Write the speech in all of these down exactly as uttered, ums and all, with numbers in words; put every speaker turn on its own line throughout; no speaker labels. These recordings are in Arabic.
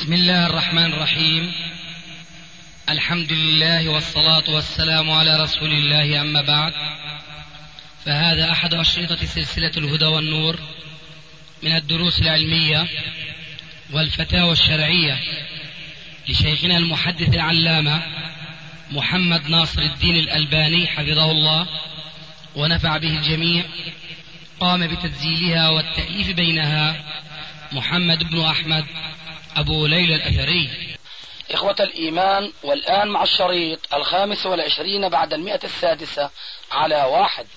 بسم الله الرحمن الرحيم. الحمد لله والصلاة والسلام على رسول الله، أما بعد، فهذا أحد أشرطة سلسلة الهدى والنور من الدروس العلمية والفتاوى الشرعية لشيخنا المحدث العلامة محمد ناصر الدين الألباني حفظه الله ونفع به الجميع. قام بتسجيلها والتأليف بينها محمد بن أحمد أبو ليلى الأثري.
إخوة الإيمان، والآن مع الشريط الخامس والعشرين بعد المئة السادسة على واحد.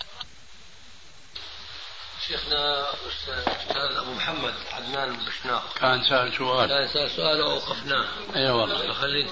شيخنا أستاذ أبو محمد عدنان بشناق
كان سأل سؤال
كان سأل سؤال ووقفناه.
أي والله.
خليني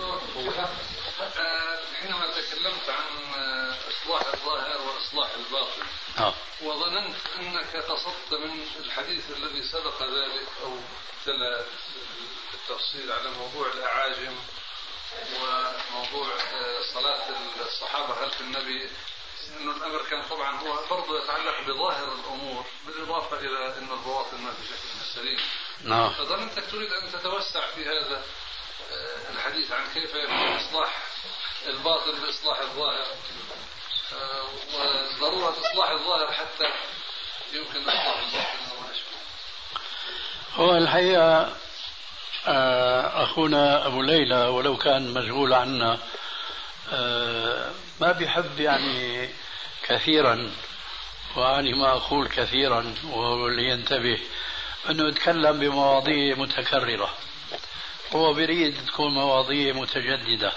حينما تكلمت عن إصلاح الظاهر وإصلاح الباطن
آه.
وظننت أنك قصدت من الحديث الذي سبق ذلك أو تلا التفصيل على موضوع الأعاجم وموضوع صلاة الصحابة خلف النبي، أن الأمر كان طبعا هو برضه يتعلق بظاهر الأمور بالإضافة إلى أن البواطن ما في شكل سليم.
نعم.
فظننتك تريد أن تتوسع في هذا الحديث عن كيف يكون إصلاح الباطن بإصلاح الظاهر، وضرورة إصلاح الظاهر حتى يمكن إصلاح الباطن.
هو الحقيقة أخونا أبو ليلى ولو كان مشغول عنا ما بيحب يعني كثيرا، وعني ما أقول كثيرا وهو اللي ينتبه أنه يتكلم بمواضيع متكررة، هو بريد تكون مواضيع متجددة.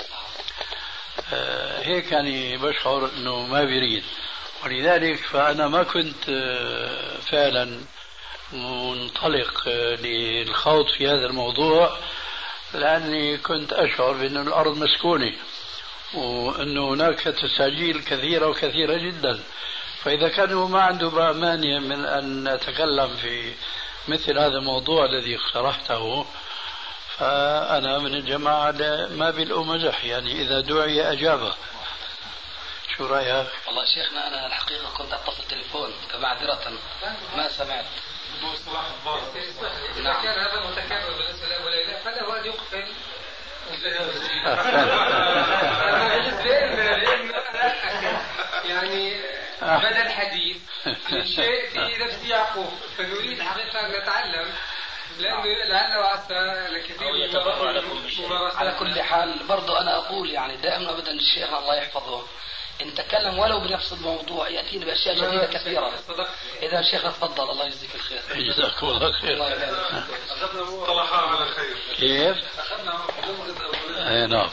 هيك يعني بشعر أنه ما بريد، ولذلك فأنا ما كنت فعلا منطلق للخوض في هذا الموضوع، لأني كنت أشعر بأن الأرض مسكونة وأن هناك تساجيل كثيرة وكثيرة جدا، فإذا كانوا ما عنده مانع من أن نتكلم في مثل هذا الموضوع الذي اقترحته، فأنا من الجماعة ما بالأو مزح، يعني إذا دعي أجابه. شو رأيك؟
والله شيخنا أنا الحقيقة كنت أتصل تليفون فمعذرة ما سمعت.
نعم. كان هذا متكرر بالنسبة لأبو ليلى فله أن يقفل. يعني بدأ الحديث من شيء في نفس يعقوب، فنريد حقيقة أن نتعلم، لأنه لعل وعسى لكثير من
على كل حال برضو أنا أقول يعني دائما أبدا الشيخ الله يحفظه إن تكلم ولو بنفس الموضوع يأتينا بأشياء جديدة كثيرة. إذا الشيخ تفضل، الله يجزيك الخير.
جزاك الله خير.
الله يبارك.
أخذنا مصطلحات على خير.
كيف؟
أخذنا
أي نعم.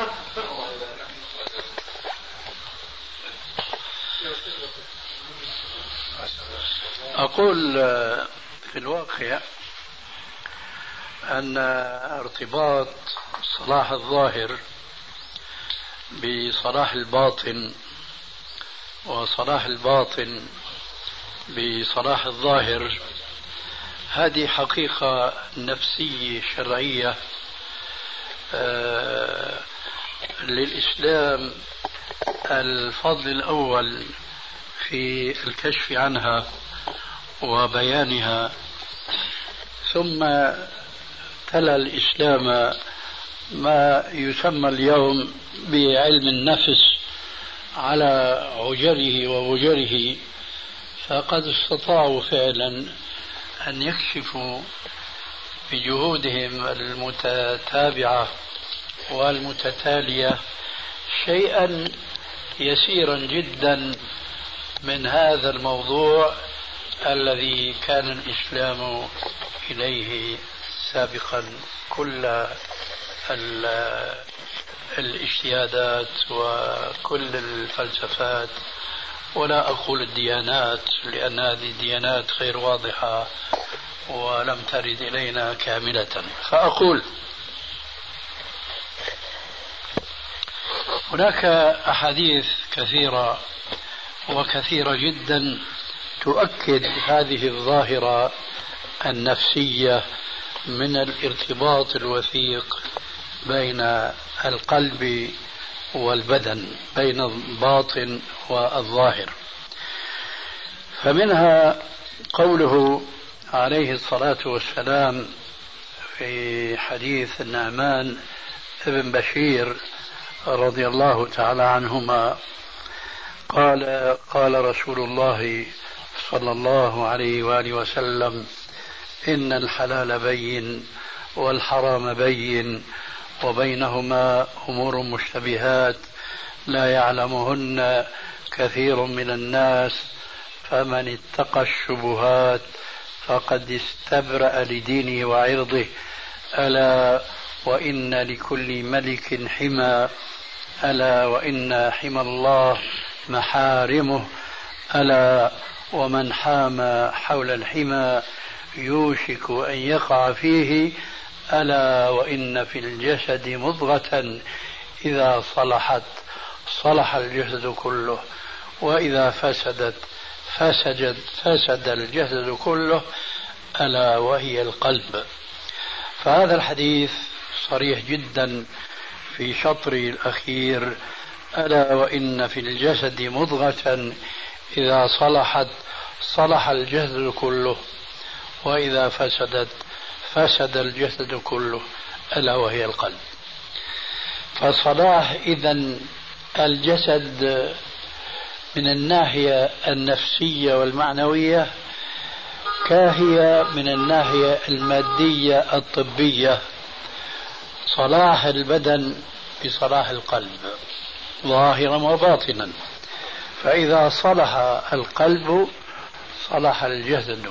أقول في الواقع أن ارتباط صلاح الظاهر بصلاح الباطن وصلاح الباطن بصلاح الظاهر هذه حقيقة نفسية شرعية آه للإسلام الفضل الأول في الكشف عنها وبيانها، ثم تلا الإسلام ما يسمى اليوم بعلم النفس على عجره ووجره، فقد استطاعوا فعلا أن يكشفوا بجهودهم المتتابعة والمتتالية شيئا يسيرا جدا من هذا الموضوع الذي كان الإسلام إليه سابقا كل الاجتهادات وكل الفلسفات، ولا أقول الديانات لأن هذه الديانات غير واضحة ولم ترد إلينا كاملة. فأقول هناك أحاديث كثيرة وكثيرة جدا تؤكد هذه الظاهرة النفسية من الارتباط الوثيق بين القلب والبدن، بين الباطن والظاهر. فمنها قوله عليه الصلاة والسلام في حديث النعمان ابن بشير رضي الله تعالى عنهما قال قال رسول الله صلى الله عليه وآله وسلم: إن الحلال بين والحرام بين وبينهما أمور مشتبهات لا يعلمهن كثير من الناس فمن اتقى الشبهات فقد استبرأ لدينه وعرضه ألا وإن لكل ملك حمى ألا وإن حمى الله محارمه ألا ومن حام حول الحمى يوشك أن يقع فيه ألا وإن في الجسد مضغة إذا صلحت صلح الجسد كله وإذا فسدت فسد فسد الجسد كله ألا وهي القلب. فهذا الحديث صريح جدا في شطره الأخير: ألا وإن في الجسد مضغة إذا صلحت صلح الجسد كله وإذا فسدت فسد الجسد كله ألا وهي القلب. فصلاح إذن الجسد من الناحية النفسية والمعنوية كاهي من الناحية المادية الطبية. صلاح البدن بصلاح القلب ظاهرا وباطنا، فإذا صلح القلب صلح الجسد،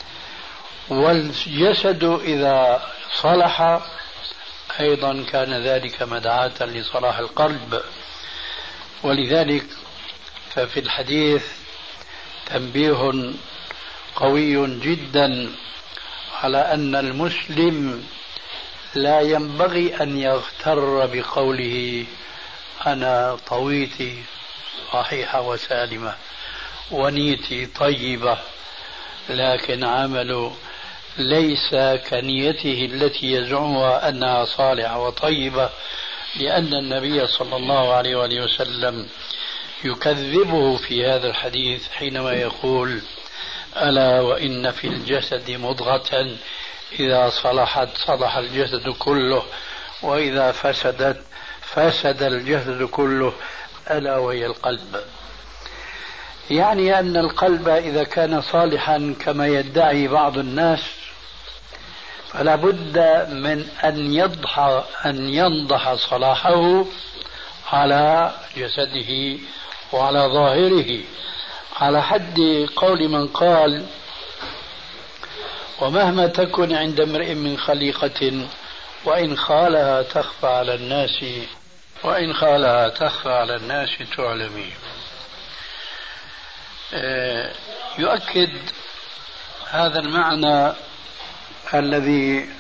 والجسد إذا صلح أيضا كان ذلك مدعاة لصلاح القلب. ولذلك ففي الحديث تنبيه قوي جدا على أن المسلم لا ينبغي أن يغتر بقوله أنا طويتي صحيحة وسالمة ونيتي طيبة، لكن عمله ليس كنيته التي يزعمها أنها صالحة وطيبة، لأن النبي صلى الله عليه وآله وسلم يكذبه في هذا الحديث حينما يقول: ألا وإن في الجسد مضغة إذا صلحت صلح الجسد كله وإذا فسدت فسد الجسد كله ألا وهي القلب. يعني أن القلب إذا كان صالحا كما يدعي بعض الناس فلا بد من أن يضح أن ينضح صلاحه على جسده وعلى ظاهره، على حد قول من قال: ومهما تكن عند امرئ من خليقة وإن خالها تخفى على الناس وإن خالها تخفى على الناس تعلمي. يؤكد هذا المعنى الذي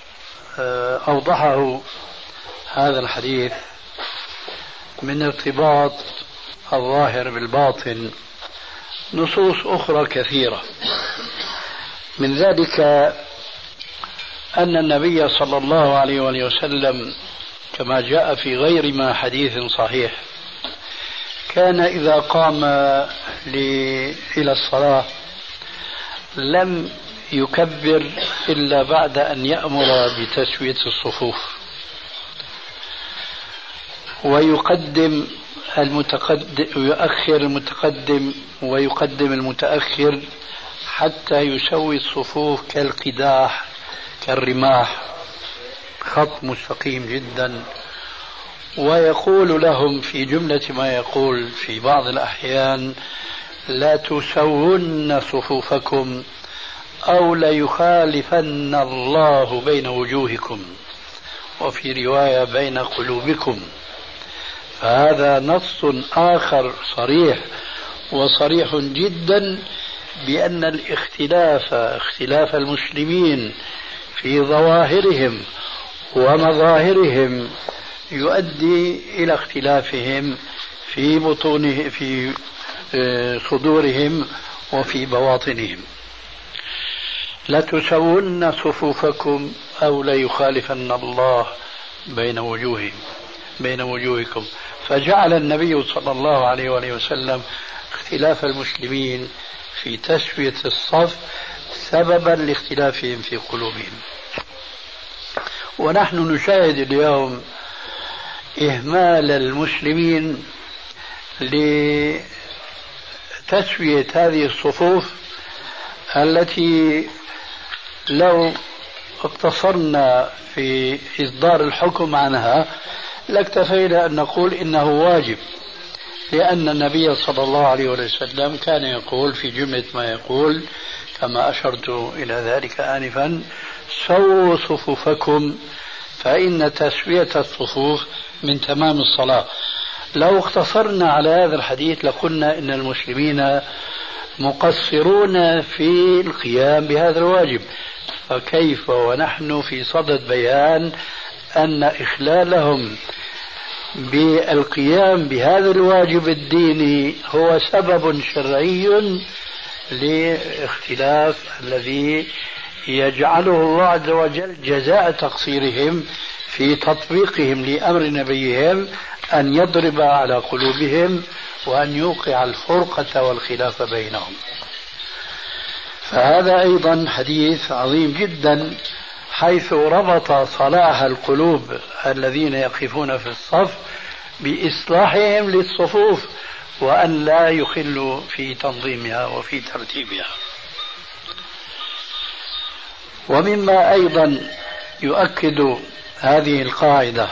أوضحه هذا الحديث من ارتباط الظاهر بالباطن نصوص أخرى كثيرة، من ذلك أن النبي صلى الله عليه وسلم كما جاء في غير ما حديث صحيح كان إذا قام إلى الصلاة لم يكبر إلا بعد أن يأمر بتسوية الصفوف، ويقدم المتقدم ويؤخر المتقدم ويقدم المتأخر حتى يسوي الصفوف كالقداح كالرماح، خط مستقيم جدا. ويقول لهم في جملة ما يقول في بعض الأحيان: لا تسون صفوفكم أو ليخالفن الله بين وجوهكم، وفي رواية بين قلوبكم. فهذا نص آخر صريح وصريح جدا بأن الاختلاف اختلاف المسلمين في ظواهرهم ومظاهرهم يؤدي إلى اختلافهم في بطونه في صدورهم وفي بواطنهم. لا تسون صفوفكم أو ليخالفن الله بين وجوههم بين وجوهكم. فجعل النبي صلى الله عليه وآله وسلم اختلاف المسلمين في تسوية الصف سببا لاختلافهم في قلوبهم. ونحن نشاهد اليوم إهمال المسلمين لتسوية هذه الصفوف التي لو اقتصرنا في إصدار الحكم عنها لاكتفينا أن نقول إنه واجب، لأن النبي صلى الله عليه وسلم كان يقول في جملة ما يقول كما أشرت إلى ذلك آنفا: سووا صفوفكم فإن تسوية الصفوف من تمام الصلاة. لو اقتصرنا على هذا الحديث لقلنا إن المسلمين مقصرون في القيام بهذا الواجب، فكيف ونحن في صدد بيان أن إخلالهم بالقيام بهذا الواجب الديني هو سبب شرعي لاختلاف الذي يجعله الله عز وجل جزاء تقصيرهم في تطبيقهم لأمر نبيهم أن يضرب على قلوبهم وأن يوقع الفرقة والخلاف بينهم. فهذا أيضا حديث عظيم جدا، حيث ربط صلاح القلوب الذين يقفون في الصف بإصلاحهم للصفوف وأن لا يخلوا في تنظيمها وفي ترتيبها. ومما أيضا يؤكد هذه القاعدة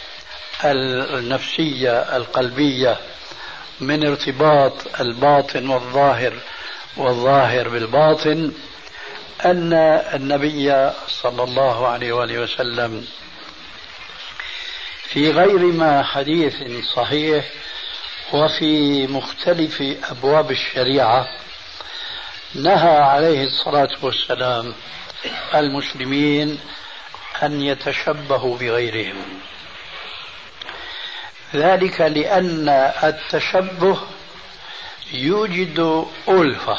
النفسية القلبية من ارتباط الباطن والظاهر والظاهر بالباطن أن النبي صلى الله عليه وآله وسلم في غير ما حديث صحيح وفي مختلف أبواب الشريعة نهى عليه الصلاة والسلام المسلمين أن يتشبهوا بغيرهم، ذلك لأن التشبه يوجد ألفة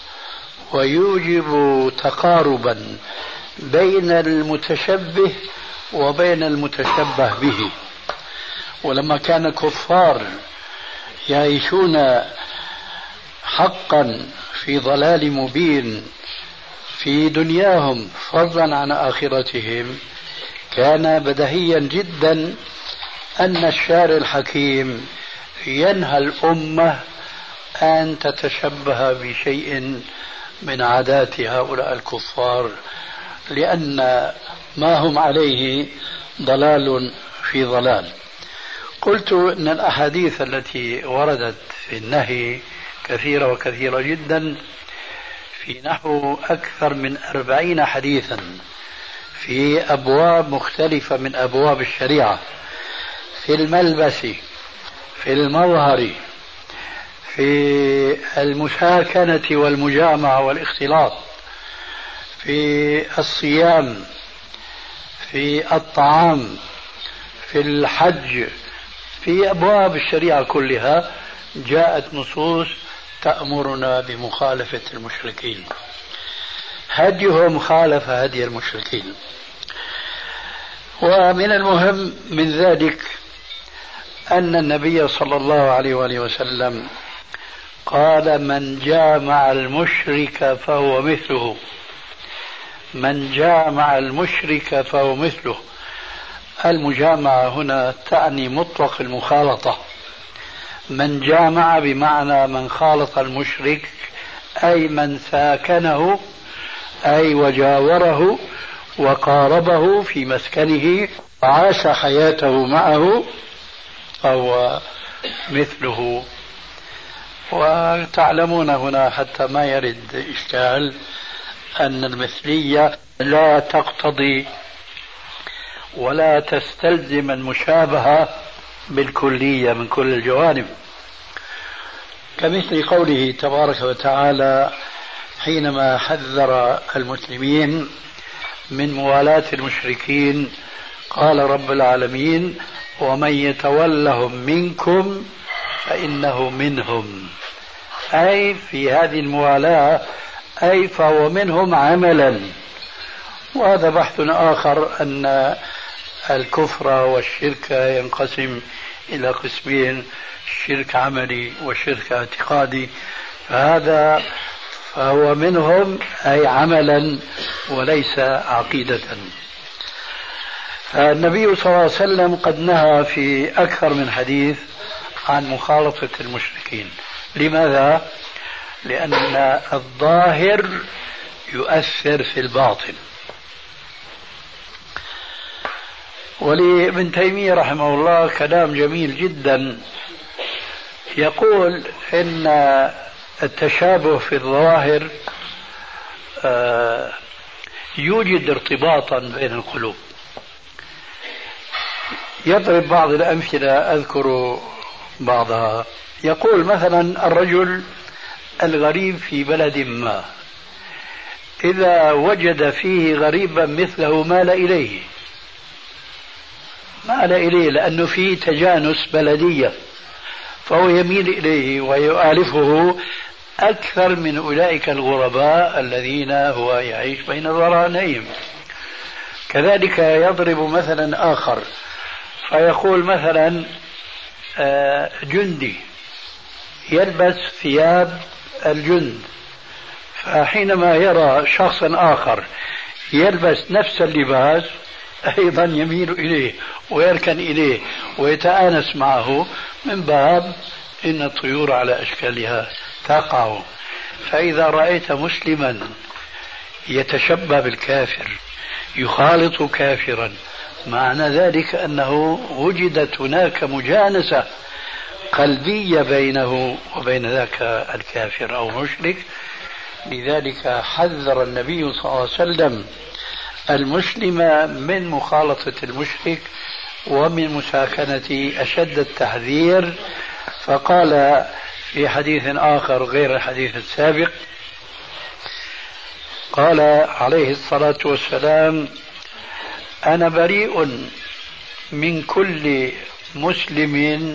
ويوجب تقاربا بين المتشبه وبين المتشبه به. ولما كان الكفار يعيشون حقا في ضلال مبين في دنياهم فضلا عن آخرتهم، كان بديهيا جدا أن الشارع الحكيم ينهى الأمة أن تتشبه بشيء من عادات هؤلاء الكفار، لأن ما هم عليه ضلال في ضلال. قلت أن الأحاديث التي وردت في النهي كثيرة وكثيرة جدا، في نحو أكثر من أربعين حديثا في أبواب مختلفة من أبواب الشريعة، في الملبس، في المظهر، في المساكنة والمجامعة والاختلاط، في الصيام، في الطعام، في الحج، في أبواب الشريعة كلها جاءت نصوص تأمرنا بمخالفة المشركين. هديهم خالف هدي المشركين. ومن المهم من ذلك أن النبي صلى الله عليه وآله وسلم قال: من جامع المشرك فهو مثله. من جامع المشرك فهو مثله. المجامعة هنا تعني مطلق المخالطة. من جامع بمعنى من خالط المشرك، أي من ساكنه، أي وجاوره وقاربه في مسكنه وعاش حياته معه، فهو مثله. وتعلمون هنا حتى ما يرد إشكال أن المثلية لا تقتضي ولا تستلزم المشابهة بالكلية من كل الجوانب، كمثل قوله تبارك وتعالى حينما حذر المسلمين من موالاة المشركين قال رب العالمين: ومن يتولهم منكم فإنه منهم. أي في هذه الموالاة أي فهو منهم عملا. وهذا بحث آخر أن الكفر والشرك ينقسم إلى قسمين: شرك عملي وشرك اعتقادي. فهذا فهو منهم أي عملا وليس عقيدة. فالنبي صلى الله عليه وسلم قد نهى في أكثر من حديث عن مخالطة المشركين. لماذا؟ لأن الظاهر يؤثر في الباطن. ولابن تيمية رحمه الله كلام جميل جدا، يقول إن التشابه في الظواهر يوجد ارتباطا بين القلوب. يضرب بعض الأمثلة أذكر بعضها. يقول مثلا الرجل الغريب في بلد ما إذا وجد فيه غريبا مثله مال إليه مال إليه لأنه فيه تجانس بلدية، فهو يميل إليه ويؤالفه أكثر من أولئك الغرباء الذين هو يعيش بين ظهرانيهم. كذلك يضرب مثلا آخر فيقول مثلا جندي يلبس ثياب الجند، فحينما يرى شخصا آخر يلبس نفس اللباس أيضا يميل إليه ويركن إليه ويتآنس معه، من باب إن الطيور على أشكالها تقع. فإذا رأيت مسلما يتشبه بالكافر يخالط كافرا، معنى ذلك أنه وجدت هناك مجانسة قلبية بينه وبين ذاك الكافر أو مشرك. لذلك حذر النبي صلى الله عليه وسلم المسلم من مخالطة المشرك ومن مساكنة أشد التحذير، فقال في حديث آخر غير الحديث السابق، قال عليه الصلاة والسلام: أنا بريء من كل مسلم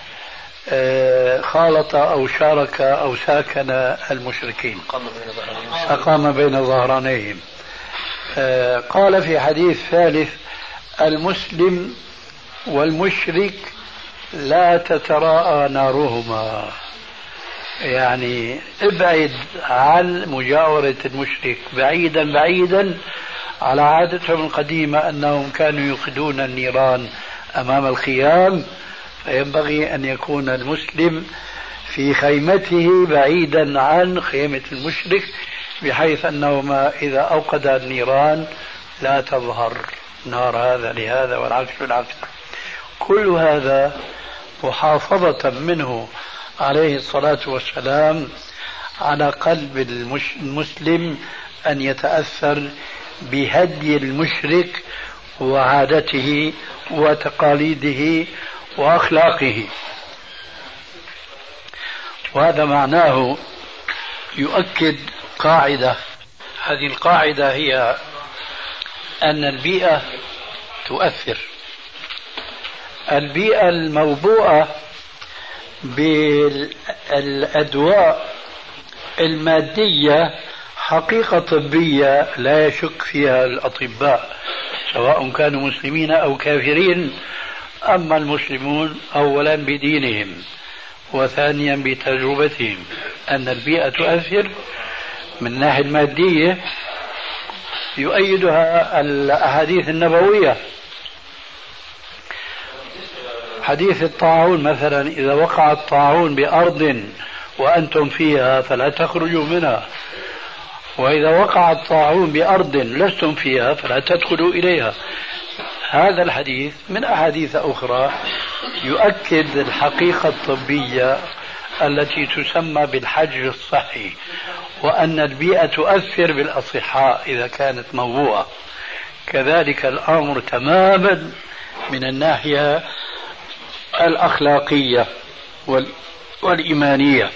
خالط أو شارك أو ساكن المشركين أقام بين ظهرانيهم. قال في حديث ثالث: المسلم والمشرك لا تتراءى نارهما، يعني ابعد عن مجاورة المشرك بعيدا بعيدا. على عادتهم القديمة أنهم كانوا يوقدون النيران أمام الخيام، فينبغي أن يكون المسلم في خيمته بعيدا عن خيمة المشرك، بحيث أنه ما إذا أوقد النيران لا تظهر نار هذا لهذا والعكس بالعكس. كل هذا محافظة منه عليه الصلاة والسلام على قلب المسلم أن يتأثر بهدي المشرك وعادته وتقاليده وأخلاقه. وهذا معناه يؤكد قاعدة. هذه القاعدة هي أن البيئة تؤثر. البيئة الموبوءة بالأدواء المادية حقيقة طبية لا يشك فيها الأطباء سواء كانوا مسلمين أو كافرين. أما المسلمون أولا بدينهم وثانيا بتجربتهم أن البيئة تؤثر من الناحية المادية، يؤيدها الأحاديث النبوية. حديث الطاعون مثلا: إذا وقع الطاعون بأرض وأنتم فيها فلا تخرجوا منها، وإذا وقع الطاعون بأرض لستم فيها فلا تدخلوا إليها. هذا الحديث من أحاديث أخرى يؤكد الحقيقة الطبية التي تسمى بالحجر الصحي، وأن البيئة تؤثر بالأصحاء إذا كانت موبوءة. كذلك الأمر تماما من الناحية الأخلاقية والإيمانية.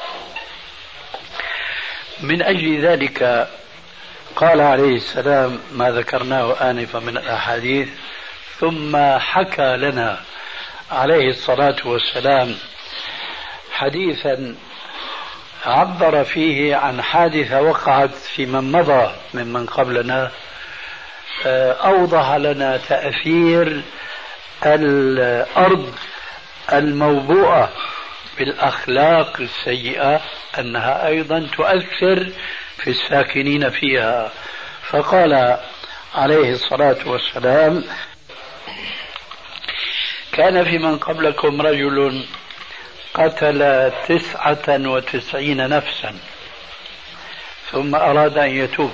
من أجل ذلك قال عليه السلام ما ذكرناه آنفا من الأحاديث، ثم حكى لنا عليه الصلاة والسلام حديثا عبر فيه عن حادثة وقعت في من مضى ممن قبلنا، أوضح لنا تأثير الأرض الموبوءة بالأخلاق السيئة أنها أيضا تؤثر في الساكنين فيها. فقال عليه الصلاة والسلام: كان في من قبلكم رجل قتل تسعة وتسعين نفسا ثم أراد أن يتوب،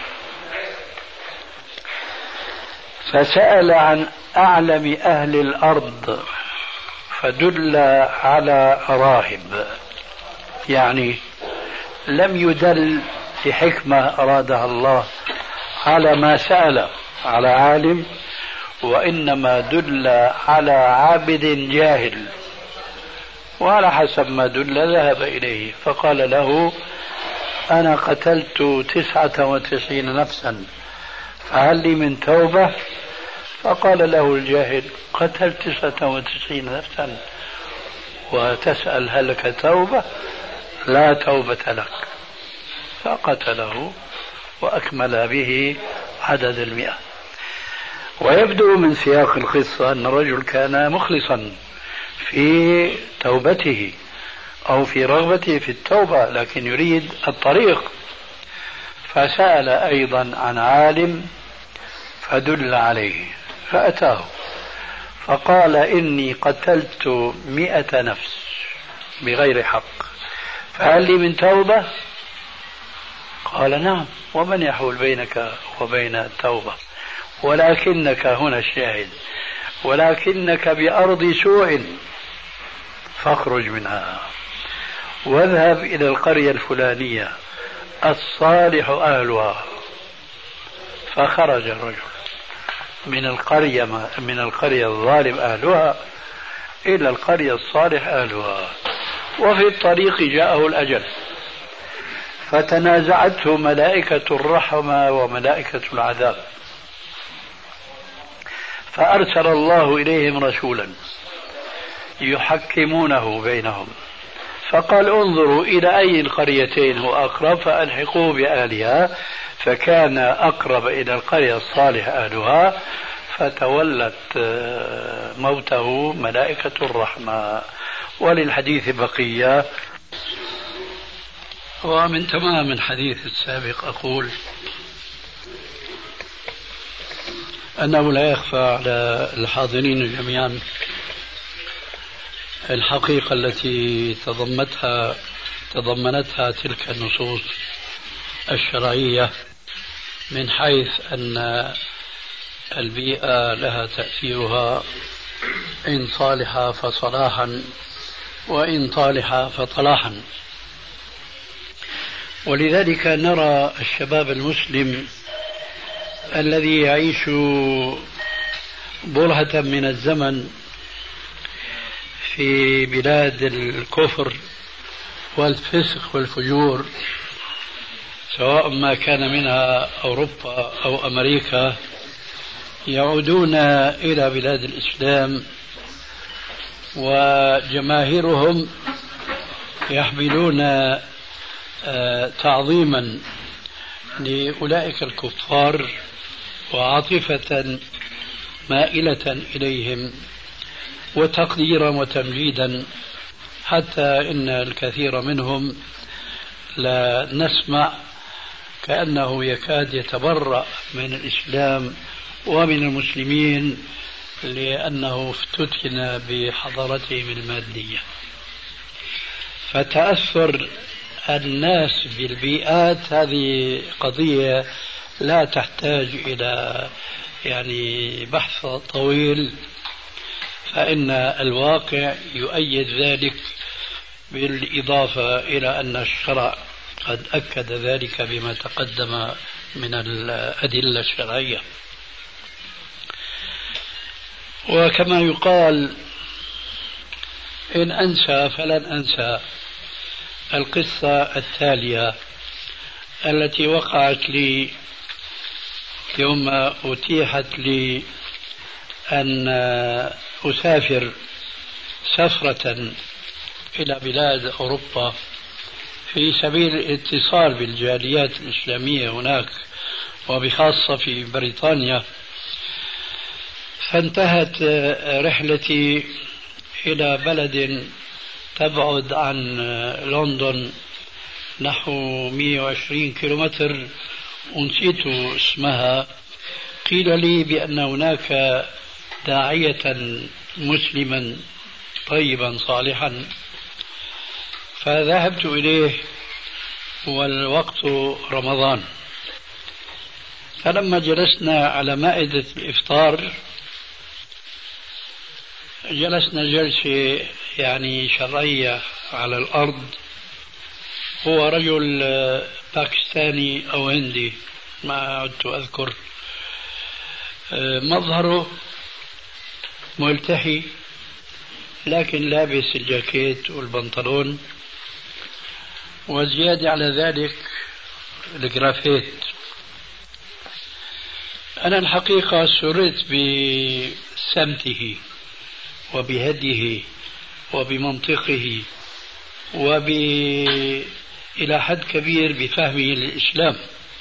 فسأل عن أعلم أهل الأرض فدل على راهب، يعني لم يدل لحكمة أرادها الله على ما سأل على عالم، وإنما دل على عابد جاهل، وعلى حسب ما دل ذهب إليه فقال له أنا قتلت تسعة وتسعين نفسا فهل لي من توبة؟ فقال له الجاهل قتلت تسعة وتسعين نفسا وتسأل هل لك توبة؟ لا توبة لك. فقتله وأكمل به عدد المئة. ويبدو من سياق القصة أن الرجل كان مخلصا في توبته أو في رغبته في التوبة، لكن يريد الطريق، فسأل أيضا عن عالم فدل عليه فأتاه فقال إني قتلت مئة نفس بغير حق فهل لي من توبة؟ قال نعم، ومن يحول بينك وبين التوبة؟ ولكنك هنا الشاهد، ولكنك بأرض سوء فاخرج منها واذهب إلى القرية الفلانية الصالح أهلها. فخرج الرجل من القرية من القرية الظالم أهلها إلى القرية الصالح أهلها، وفي الطريق جاءه الأجل فتنازعته ملائكة الرحمة وملائكة العذاب، فأرسل الله إليهم رسولا يحكمونه بينهم، فقال انظروا إلى أي القريتين هو أقرب فألحقوه بأهلها، فكان أقرب إلى القرية الصالح أهلها فتولت موته ملائكة الرحمة. وللحديث بقية. ومن تمام الحديث السابق أقول أنه لا يخفى على الحاضرين جميعا الحقيقة التي تضمتها تضمنتها تلك النصوص الشرعية، من حيث أن البيئة لها تأثيرها إن صالح فصلاحا وإن طالح فطلاحا. ولذلك نرى الشباب المسلم الذي يعيش برهة من الزمن في بلاد الكفر والفسق والفجور، سواء ما كان منها أوروبا أو أمريكا، يعودون إلى بلاد الإسلام وجماهيرهم يحملون تعظيما لأولئك الكفار وعاطفة مائلة إليهم وتقديرا وتمجيدا، حتى إن الكثير منهم لا نسمع كأنه يكاد يتبرأ من الإسلام ومن المسلمين لأنه افتتن بحضارتهم المادية. فتأثر الناس بالبيئات هذه قضية لا تحتاج إلى يعني بحث طويل، فإن الواقع يؤيد ذلك، بالإضافة إلى أن الشرع قد أكد ذلك بما تقدم من الأدلة الشرعية. وكما يقال إن أنسى فلن أنسى القصة التالية التي وقعت لي يوم أتيحت لي أن أسافر سفرة إلى بلاد أوروبا في سبيل الاتصال بالجاليات الإسلامية هناك وبخاصة في بريطانيا. فانتهت رحلتي إلى بلد تبعد عن لندن نحو مئة وعشرين كيلومتر، ونسيت اسمها. قيل لي بأن هناك داعية مسلما طيبا صالحا، فذهبت إليه والوقت رمضان. فلما جلسنا على مائدة الإفطار جلسنا جلسة يعني شرعية على الأرض. هو رجل باكستاني أو هندي ما عدت أذكر، مظهره ملتحي لكن لابس الجاكيت والبنطلون، وزيادة على ذلك الجرافيت. أنا الحقيقة سررت بسمته وبهديه وبمنطقه وب إلى حد كبير بفهمه للإسلام،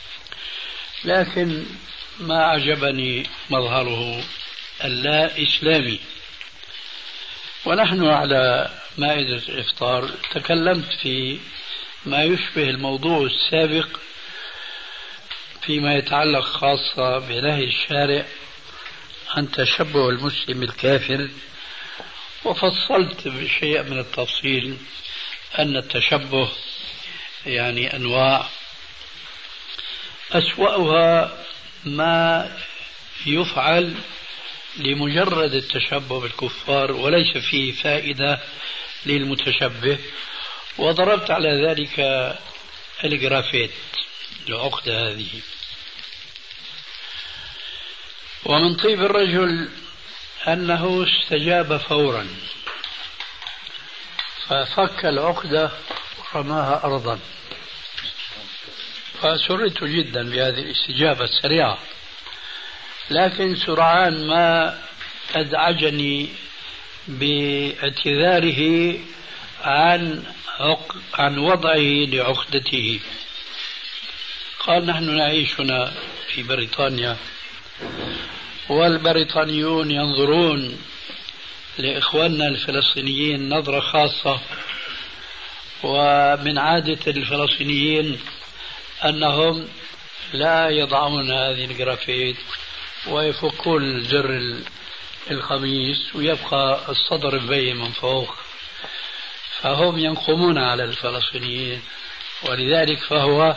لكن ما عجبني مظهره اللا إسلامي. ونحن على مائدة الإفطار تكلمت في ما يشبه الموضوع السابق فيما يتعلق خاصة بنهي الشارع عن تشبه المسلم الكافر، وفصلت بشيء من التفصيل أن التشبه يعني أنواع، أسوأها ما يفعل لمجرد التشبه بالكفار وليس فيه فائدة للمتشبه، وضربت على ذلك الجرافيت العقدة هذه. ومن طيب الرجل أنه استجاب فورا، ففك العقدة ورماها أرضا، فسررت جدا بهذه الاستجابة السريعة. لكن سرعان ما أزعجني باعتذاره عن عق... عن وضعه لعقدته. قال: نحن نعيش هنا في بريطانيا، والبريطانيون ينظرون لإخواننا الفلسطينيين نظرة خاصة، ومن عادة الفلسطينيين أنهم لا يضعون هذه الجرافيت ويفكون زر القميص ويبقى الصدر مبين من فوق، فهم ينقمون على الفلسطينيين. ولذلك فهو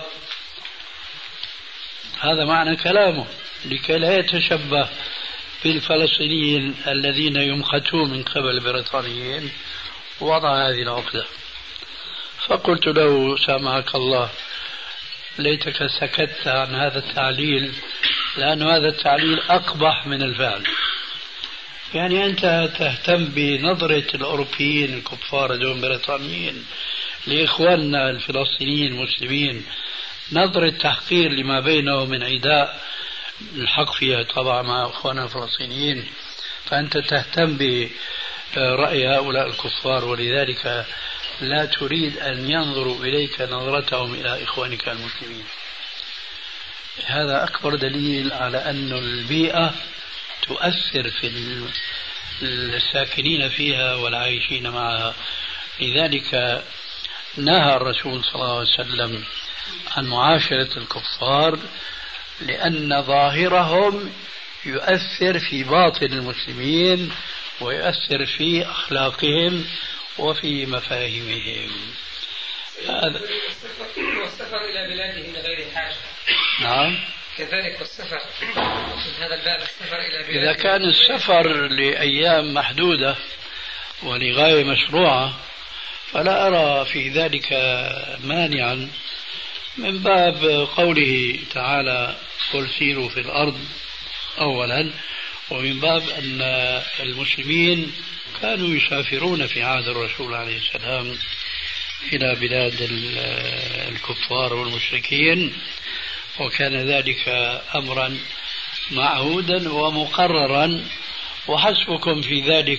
هذا معنى كلامه، لكي لا يتشبه بالفلسطينيين الذين يمقتون من قبل البريطانيين وضع هذه العقدة. فقلت له: سامحك الله، ليتك سكت عن هذا التعليل، لأن هذا التعليل أقبح من الفعل. يعني أنت تهتم بنظرة الأوروبيين الكفار دون بريطانيين لإخواننا الفلسطينيين المسلمين، نظرة تحقير لما بينه من عداء الحق فيها طبعا مع إخواننا الفلسطينيين، فأنت تهتم برأي هؤلاء الكفار، ولذلك لا تريد أن ينظروا إليك نظرتهم إلى إخوانك المسلمين. هذا أكبر دليل على أن البيئة تؤثر في الساكنين فيها والعايشين معها. لذلك نهى الرسول صلى الله عليه وسلم عن معاشرة الكفار، لأن ظاهرهم يؤثر في باطن المسلمين ويؤثر في أخلاقهم وفي مفاهيمهم. هذا
والسفر إلى بلاده من غير حاجة.
نعم،
كذلك والسفر من هذا الباب، السفر إلى بلاده
إذا كان السفر لأيام محدودة ولغاية مشروعة فلا أرى في ذلك مانعا، من باب قوله تعالى: قل سيروا في الأرض أولا، ومن باب أن المسلمين كانوا يسافرون في عهد الرسول عليه السلام إلى بلاد الكفار والمشركين، وكان ذلك أمرا معهودا ومقررا. وحسبكم في ذلك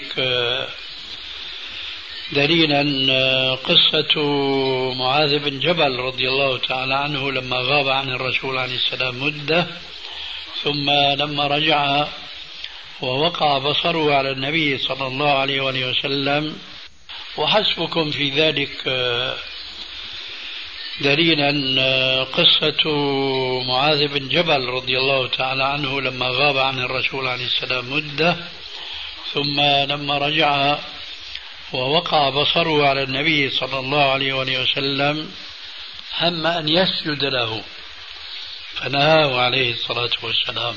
دليلا قصة معاذ بن جبل رضي الله تعالى عنه لما غاب عن الرسول عليه السلام مدة، ثم لما رجع ووقع بصره على النبي صلى الله عليه وآله وسلم. وحسبكم في ذلك دليلا قصة معاذ بن جبل رضي الله تعالى عنه لما غاب عن الرسول عليه السلام مدة، ثم لما رجع ووقع بصره على النبي صلى الله عليه وسلم هم أن يسجد له فنهاه عليه الصلاة والسلام،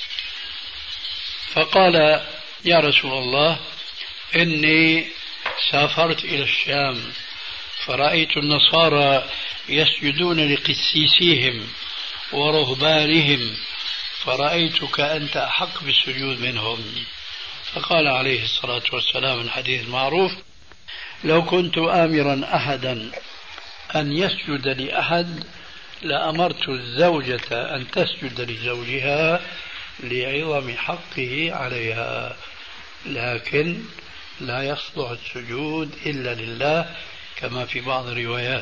فقال: يا رسول الله، إني سافرت إلى الشام فرأيت النصارى يسجدون لقسيسيهم ورهبانهم، فرأيتك أنت أحق بالسجود منهم. فقال عليه الصلاة والسلام الحديث المعروف: لو كنت آمرا أحدا أن يسجد لأحد لأمرت الزوجة أن تسجد لزوجها لعظم حقه عليها، لكن لا يصلح السجود إلا لله كما في بعض الروايات.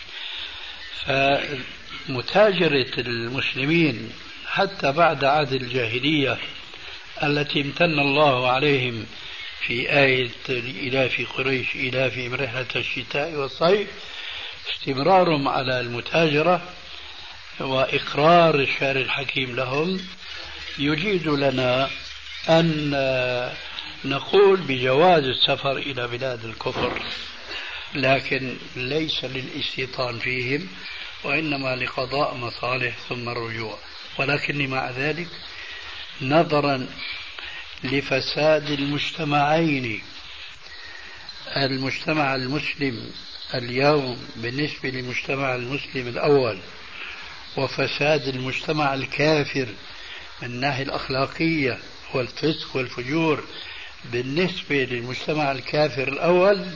فمتاجرة المسلمين حتى بعد عهد الجاهلية التي امتن الله عليهم في آية إلاف قريش إلافهم رحلة الشتاء والصيف، استمرارهم على المتاجرة وإقرار الشارع الحكيم لهم يجيز لنا أن نقول بجواز السفر إلى بلاد الكفر، لكن ليس للاستيطان فيهم وإنما لقضاء مصالح ثم الرجوع. ولكن مع ذلك نظرا لفساد المجتمعين، المجتمع المسلم اليوم بالنسبة للمجتمع المسلم الأول، وفساد المجتمع الكافر من الناحية الأخلاقية والفسق والفجور بالنسبة للمجتمع الكافر الأول،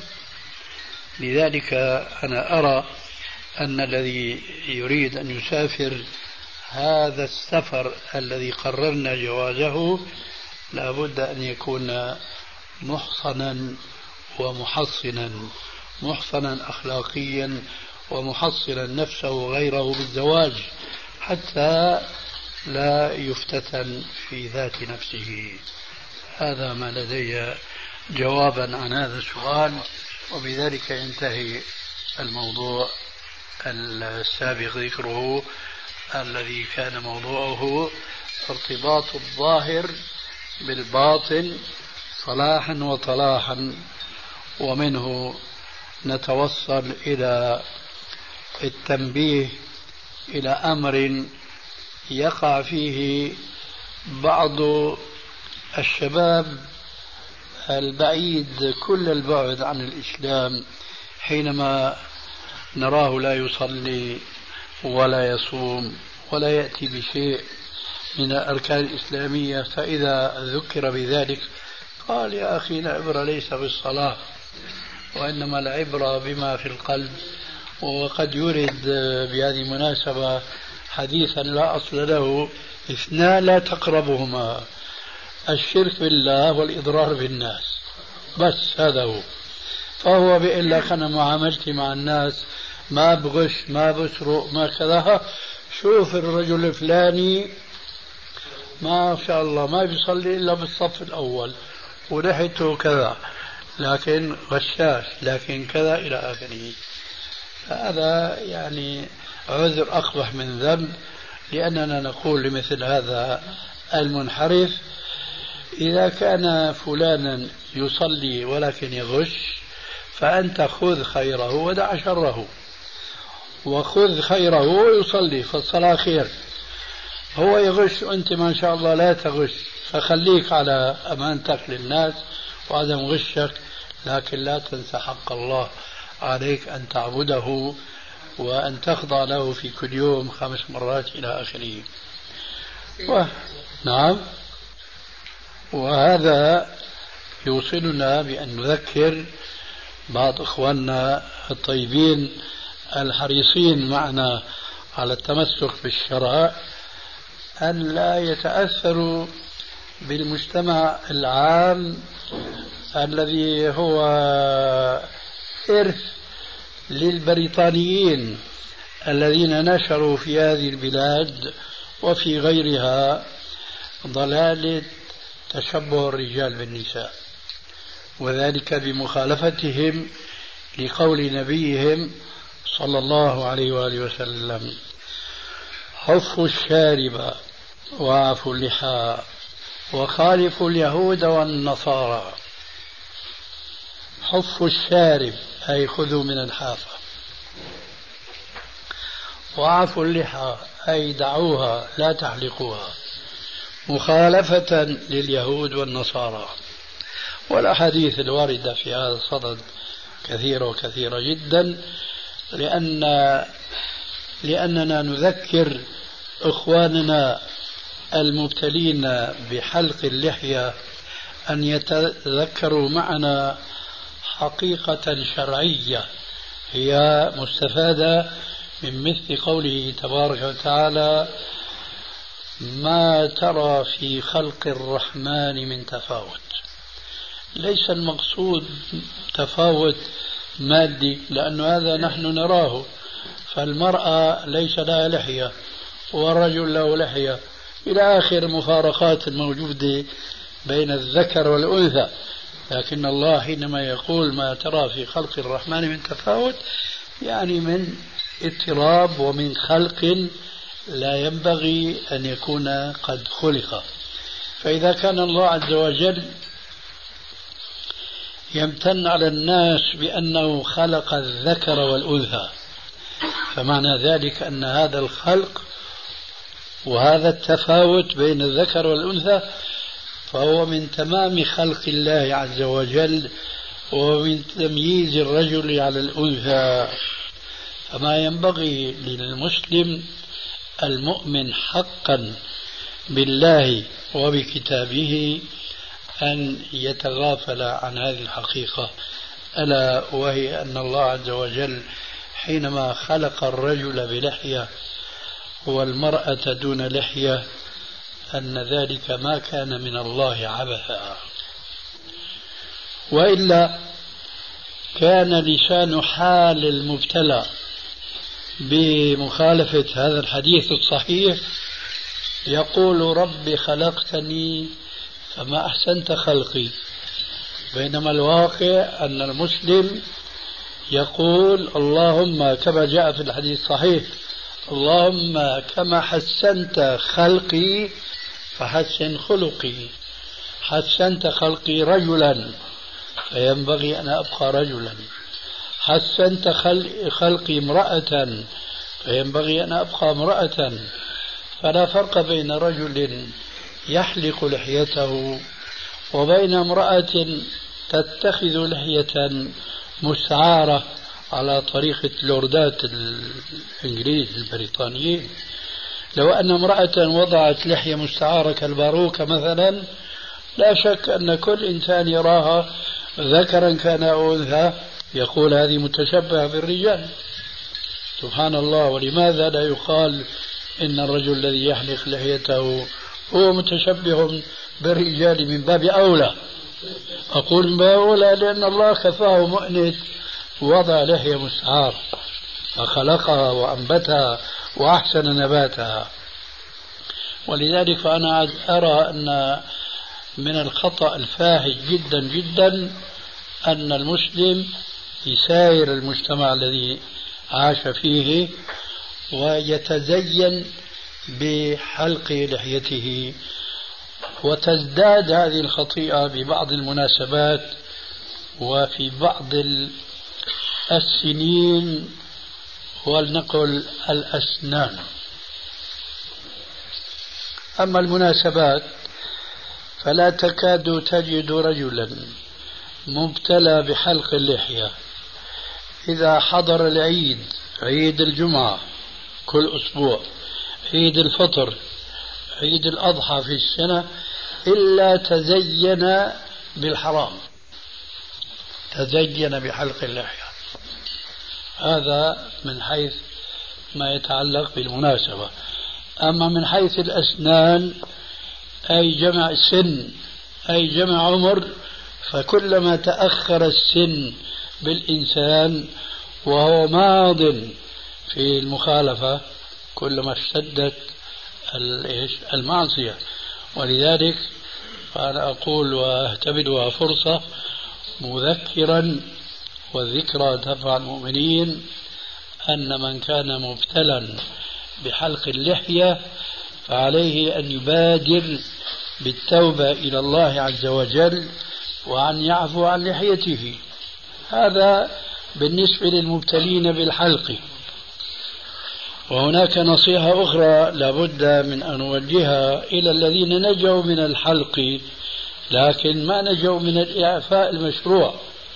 لذلك أنا أرى أن الذي يريد أن يسافر هذا السفر الذي قررنا جوازه لابد أن يكون محصنا ومحصنا، محصنا أخلاقيا ومحصنا نفسه وغيره بالزواج حتى لا يفتتن في ذات نفسه. هذا ما لدي جوابا عن هذا السؤال، وبذلك ينتهي الموضوع السابق ذكره الذي كان موضوعه ارتباط الظاهر بالباطن صلاحا وطلاحا، ومنه نتوصل إلى التنبيه إلى أمر يقع فيه بعض الشباب البعيد كل البعد عن الإسلام، حينما نراه لا يصلي ولا يصوم ولا يأتي بشيء من الأركان الإسلامية، فإذا ذكر بذلك قال: يا أخي، العبرة ليس بالصلاة وإنما العبرة بما في القلب. وقد يرد بهذه المناسبة حديثا لا أصل له: اثنان لا تقربهما، الشرك بالله والإضرار بالناس، بس هذا هو. فهو بيقول لك أنا معاملتي مع الناس ما بغش ما بسرق ما كذا، شوف الرجل الفلاني ما شاء الله ما بيصلي إلا بالصف الأول وريحته كذا، لكن غشاش، لكن كذا إلى آخره. فهذا يعني عذر أقبح من ذنب، لأننا نقول لمثل هذا المنحرف: إذا كان فلانا يصلي ولكن يغش فأنت خذ خيره ودع شره، وخذ خيره ويصلي، فالصلاة خير. هو يغش وأنت ما شاء الله لا تغش، فخليك على أمانتك للناس وعدم غشك، لكن لا تنسى حق الله عليك أن تعبده وأن تخضع له في كل يوم خمس مرات إلى آخره. و... نعم. وهذا يوصلنا بأن نذكر بعض إخواننا الطيبين الحريصين معنا على التمسك بالشرع أن لا يتأثروا بالمجتمع العام الذي هو إرث للبريطانيين الذين نشروا في هذه البلاد وفي غيرها ضلالة تشبه الرجال بالنساء، وذلك بمخالفتهم لقول نبيهم صلى الله عليه وآله وسلم: حفوا الشارب وعفوا اللحى وخالفوا اليهود والنصارى. حفوا الشارب أي خذوا من الحافة، وعفوا اللحى أي دعوها لا تحلقوها، مخالفة لليهود والنصارى. والأحاديث الواردة في هذا الصدد كثيرة وكثيرة جدا، لأن لأننا نذكر إخواننا المبتلين بحلق اللحية أن يتذكروا معنا حقيقة شرعية هي مستفادة من مثل قوله تبارك وتعالى: ما ترى في خلق الرحمن من تفاوت. ليس المقصود تفاوت مادي، لأن هذا نحن نراه، فالمرأة ليس لها لحية والرجل له لحية إلى آخر المفارقات الموجودة بين الذكر والأنثى. لكن الله حينما يقول ما ترى في خلق الرحمن من تفاوت، يعني من اضطراب ومن خلق لا ينبغي أن يكون قد خلق. فإذا كان الله عز وجل يمتن على الناس بأنه خلق الذكر والأنثى، فمعنى ذلك أن هذا الخلق وهذا التفاوت بين الذكر والأنثى فهو من تمام خلق الله عز وجل ومن تمييز الرجل على الأنثى. فما ينبغي للمسلم المؤمن حقا بالله وبكتابه أن يتغافل عن هذه الحقيقة، ألا وهي أن الله عز وجل حينما خلق الرجل بلحية والمرأة دون لحية أن ذلك ما كان من الله عبثا، وإلا كان لسان حال المبتلى بمخالفة هذا الحديث الصحيح يقول: رب خلقتني فما أحسنت خلقي، بينما الواقع أن المسلم يقول: اللهم كما جاء في الحديث الصحيح: اللهم كما حسنت خلقي فحسن خلقي. حسنت خلقي رجلا فينبغي أن أبقى رجلا، حسنت خلقي امرأة فينبغي أن أبقى امرأة. فلا فرق بين رجل يحلق لحيته وبين امرأة تتخذ لحية مستعارة على طريقة لوردات الإنجليز البريطانيين. لو أن امرأة وضعت لحية مستعارة كالباروكة مثلا، لا شك أن كل إنسان يراها ذكرا كان أو أنثى يقول هذه متشبهة بالرجال. سبحان الله. ولماذا لا يقال إن الرجل الذي يحلق لحيته هو متشبه بالرجال من باب أولى؟ أقول من باب أولى لأن الله كفاه مؤنس وضع لحية مستعار فخلقها وأنبتها وأحسن نباتها. ولذلك فأنا أرى أن من الخطأ الفاحش جدا جدا أن المسلم يساير المجتمع الذي عاش فيه ويتزين بحلق لحيته، وتزداد هذه الخطيئة ببعض المناسبات وفي بعض السنين ولنقل الأسنان. أما المناسبات فلا تكاد تجد رجلا مبتلى بحلق اللحية إذا حضر العيد، عيد الجمعة كل أسبوع، عيد الفطر، عيد الأضحى في السنة، إلا تزين بالحرام، تزين بحلق اللحية. هذا من حيث ما يتعلق بالمناسبة. أما من حيث الأسنان أي جمع سن أي جمع عمر، فكلما تأخر السن بالإنسان وهو ماض في المخالفة كلما اشتدت المعصية. ولذلك فأنا أقول وأهتبدها فرصة مذكرا والذكرى تنفع المؤمنين أن من كان مبتلا بحلق اللحية فعليه أن يبادر بالتوبة إلى الله عز وجل وأن يعفو عن لحيته. هذا بالنسبة للمبتلين بالحلق. وهناك نصيحة أخرى لابد من أن نوجهها إلى الذين نجوا من الحلق لكن ما نجوا من الإعفاء المشروع.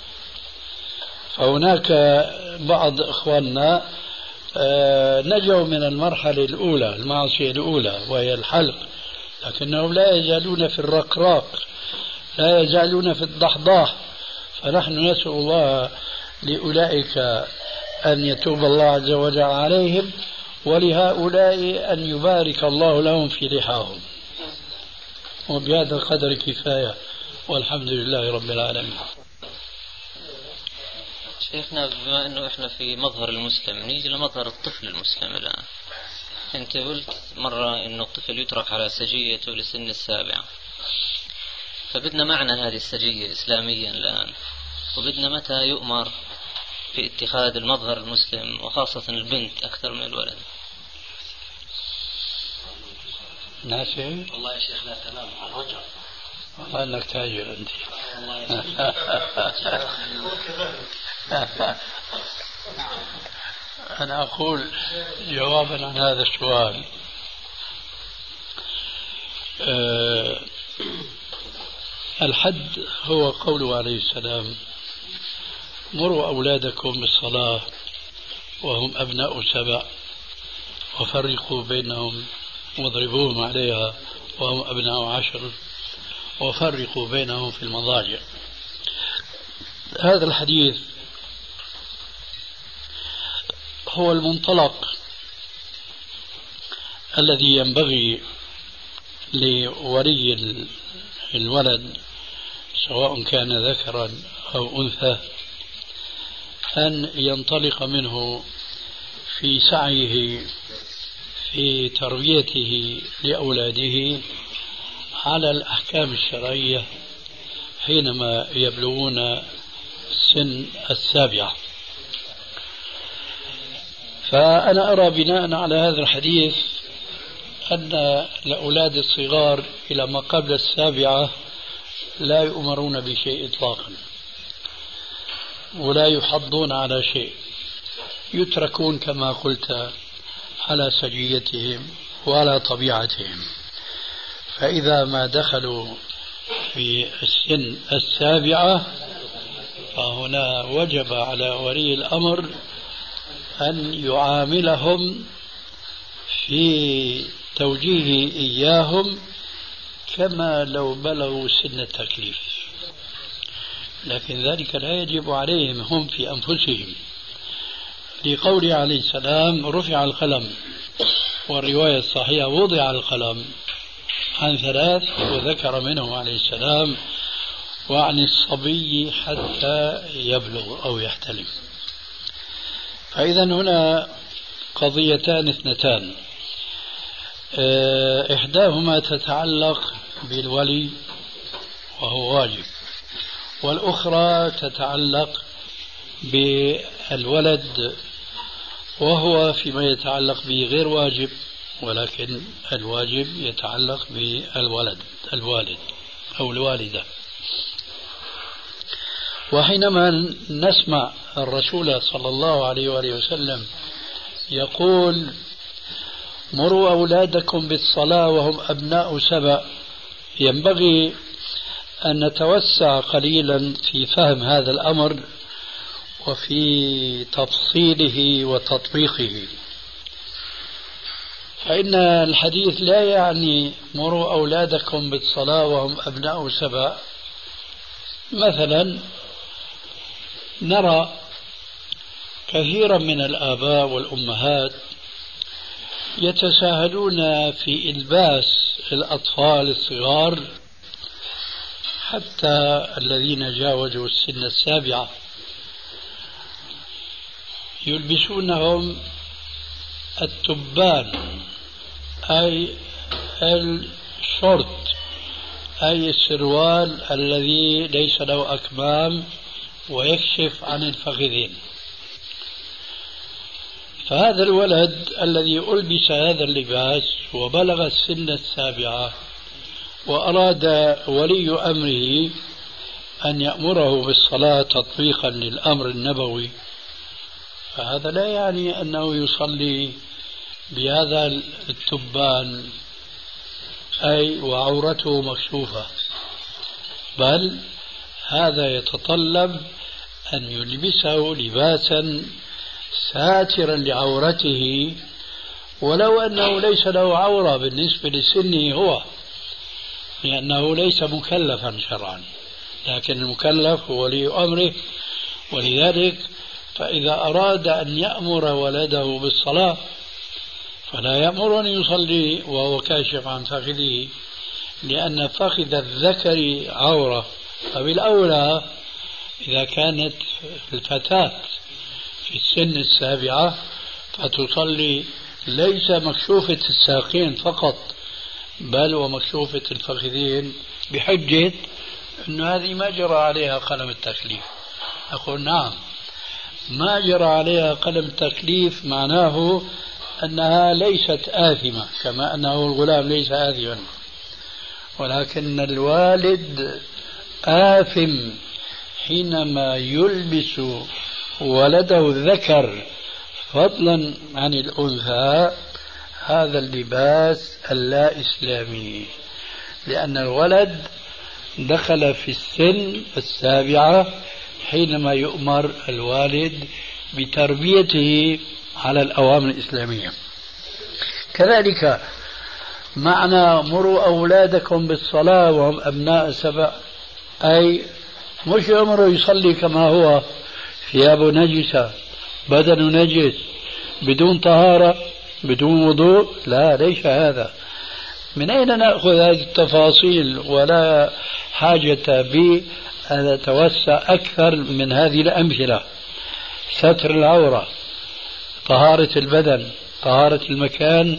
فهناك بعض إخواننا نجوا من المرحلة الأولى، المعصية الأولى وهي الحلق، لكنهم لا يزالون في الرقراق، لا يزالون في الضحضاح. فنحن نسأل الله لأولئك أن يتوب الله عز وجل عليهم، ولهؤلاء أن يبارك الله لهم في لحاهم. وبهذا القدر كفاية، والحمد لله رب العالمين.
شيخنا، بما أنه إحنا في مظهر المسلم، نيجي لمظهر الطفل المسلم الآن. أنت قلت مرة أنه الطفل يترك على سجيته لسن السابعة، فبدنا معنى هذه السجية إسلاميا الآن، وبدنا متى يؤمر باتخاذ المظهر المسلم، وخاصة البنت أكثر من الولد.
ناسي؟
والله يا شيخ لا تنام على الوجه.
والله أنك تاجر أنت. أنا أقول جوابا عن هذا السؤال، أه الحد هو قوله عليه السلام: مروا أولادكم بالصلاة وهم أبناء سبع وفرقوا بينهم واضربوهم عليها وهم أبناء عشر وفرقوا بينهم في المضاجع. هذا الحديث هو المنطلق الذي ينبغي لولي الولد سواء كان ذكرا أو أنثى أن ينطلق منه في سعيه في تربيته لأولاده على الأحكام الشرعية حينما يبلغون سن السابعة. فأنا أرى بناء على هذا الحديث أن الأولاد الصغار إلى ما قبل السابعة لا يؤمرون بشيء إطلاقا، ولا يحضون على شيء، يتركون كما قلت على سجيتهم وعلى طبيعتهم. فإذا ما دخلوا في السن السابعة فهنا وجب على ولي الأمر أن يعاملهم في توجيه إياهم كما لو بلغوا سن التكليف، لكن ذلك لا يجب عليهم هم في أنفسهم، لقوله عليه السلام: رفع القلم، والرواية الصحيحة وضع القلم عن ثلاث، وذكر منه عليه السلام: وعن الصبي حتى يبلغ أو يحتلم. فإذا هنا قضيتان اثنتان، إحداهما تتعلق بالولي وهو واجب، والأخرى تتعلق بالولد وهو فيما يتعلق به غير واجب، ولكن الواجب يتعلق بالولد الوالد أو الوالدة. وحينما نسمع الرسول صلى الله عليه وآله وسلم يقول: مروا أولادكم بالصلاة وهم أبناء سبع، ينبغي أن نتوسع قليلا في فهم هذا الأمر وفي تفصيله وتطبيقه. فإن الحديث لا يعني مروا أولادكم بالصلاة وهم أبناء سبع. مثلا نرى كثيرا من الآباء والأمهات يتساهلون في إلباس الأطفال الصغار حتى الذين جاوزوا السن السابعة، يلبسونهم التبان، أي الشورت، أي السروال الذي ليس له أكمام ويكشف عن الفخذين. فهذا الولد الذي ألبس هذا اللباس وبلغ السن السابعة وأراد ولي أمره أن يأمره بالصلاة تطبيقا للأمر النبوي، فهذا لا يعني أنه يصلي بهذا التبان أي وعورته مكشوفة، بل هذا يتطلب أن يلبسه لباسا ساترا لعورته، ولو أنه ليس له عورة بالنسبة لسنه هو، لأنه ليس مكلفا شرعا، لكن المكلف هو ولي أمره. ولذلك فإذا أراد أن يأمر ولده بالصلاة فلا يأمر أن يصلي وهو كاشف عن فخذه، لأن فخذ الذكر عورة، فبالأولى إذا كانت الفتاة في السن السابعة فتصلي ليس مكشوفة الساقين فقط، بل ومكشوفة الفخذين، بحجة أن هذه ما جرى عليها قلم التكليف. أقول نعم، ما جرى عليها قلم التكليف معناه أنها ليست آثمة، كما أنه الغلام ليس آثما، ولكن الوالد آثم حينما يلبس ولده الذكر فضلا عن الأنثى هذا اللباس اللا إسلامي، لأن الولد دخل في السن السابعة حينما يؤمر الوالد بتربيته على الأوامر الإسلامية. كذلك معنى مروا أولادكم بالصلاة وهم أبناء سبع، أي مش أمره يصلي كما هو ثيابه نجسة، بدنه نجس، بدون طهارة، بدون وضوء، لا، ليس هذا. من أين نأخذ هذه التفاصيل؟ ولا حاجة بي أن أتوسع أكثر من هذه الأمثلة. ستر العورة، طهارة البدن، طهارة المكان.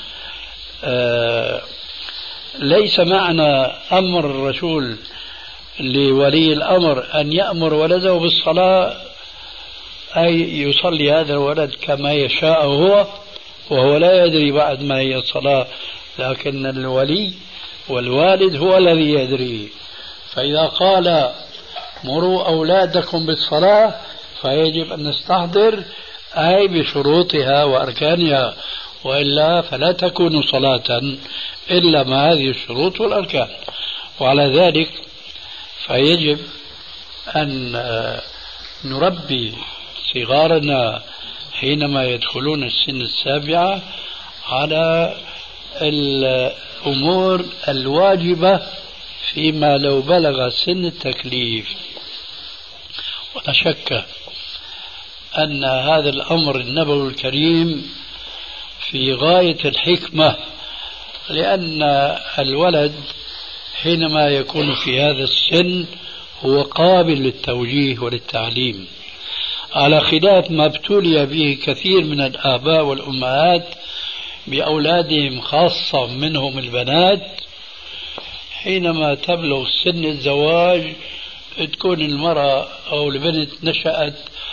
آه ليس معنى أمر الرسول لولي الأمر أن يأمر ولده بالصلاة أي يصلي هذا الولد كما يشاء هو، وهو لا يدري بعد ما هي الصلاة، لكن الولي والوالد هو الذي يدري. فإذا قال مروا أولادكم بالصلاة فيجب أن نستحضر أي بشروطها وأركانها، وإلا فلا تكون صلاة إلا مع هذه الشروط والأركان. وعلى ذلك فيجب أن نربي صغارنا حينما يدخلون السن السابعة على الأمور الواجبة فيما لو بلغ سن التكليف. ولا شك أن هذا الأمر النبوي الكريم في غاية الحكمة، لأن الولد حينما يكون في هذا السن هو قابل للتوجيه وللتعليم، على خلاف ما ابتلي به كثير من الآباء والأمهات بأولادهم، خاصة منهم البنات، حينما تبلغ سن الزواج تكون المرأة أو البنت نشأت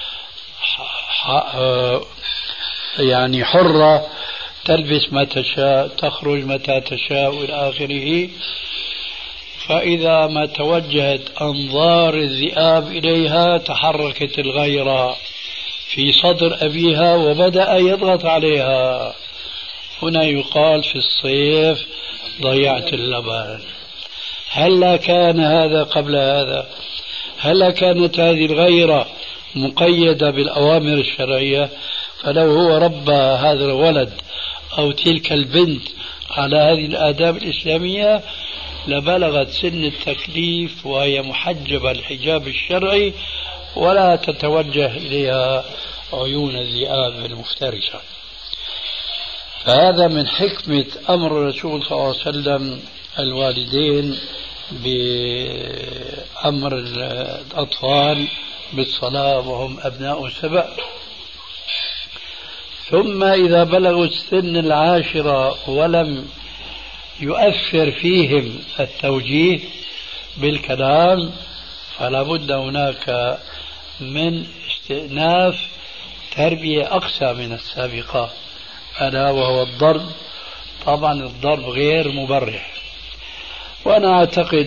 يعني حرة، تلبس ما تشاء، تخرج متى تشاء إلى آخره. فإذا ما توجهت أنظار الذئاب إليها تحركت الغيرة في صدر أبيها وبدأ يضغط عليها. هنا يقال في الصيف ضيعت اللبن. هل كان هذا قبل هذا؟ هل كانت هذه الغيرة مقيدة بالأوامر الشرعية؟ فلو هو ربى هذا الولد أو تلك البنت على هذه الآداب الإسلامية لبلغت سن التكليف وهي محجبة الحجاب الشرعي ولا تتوجه إليها عيون الذئاب المفترسة. فهذا من حكمة أمر الرسول صلى الله عليه وسلم الوالدين بأمر الأطفال بالصلاة وهم أبناء سبع. ثم إذا بلغوا السن العاشرة ولم يؤثر فيهم التوجيه بالكلام فلا بد هناك من استئناف تربية أقسى من السابقة، ألا وهو الضرب. طبعا الضرب غير مبرح، وأنا أعتقد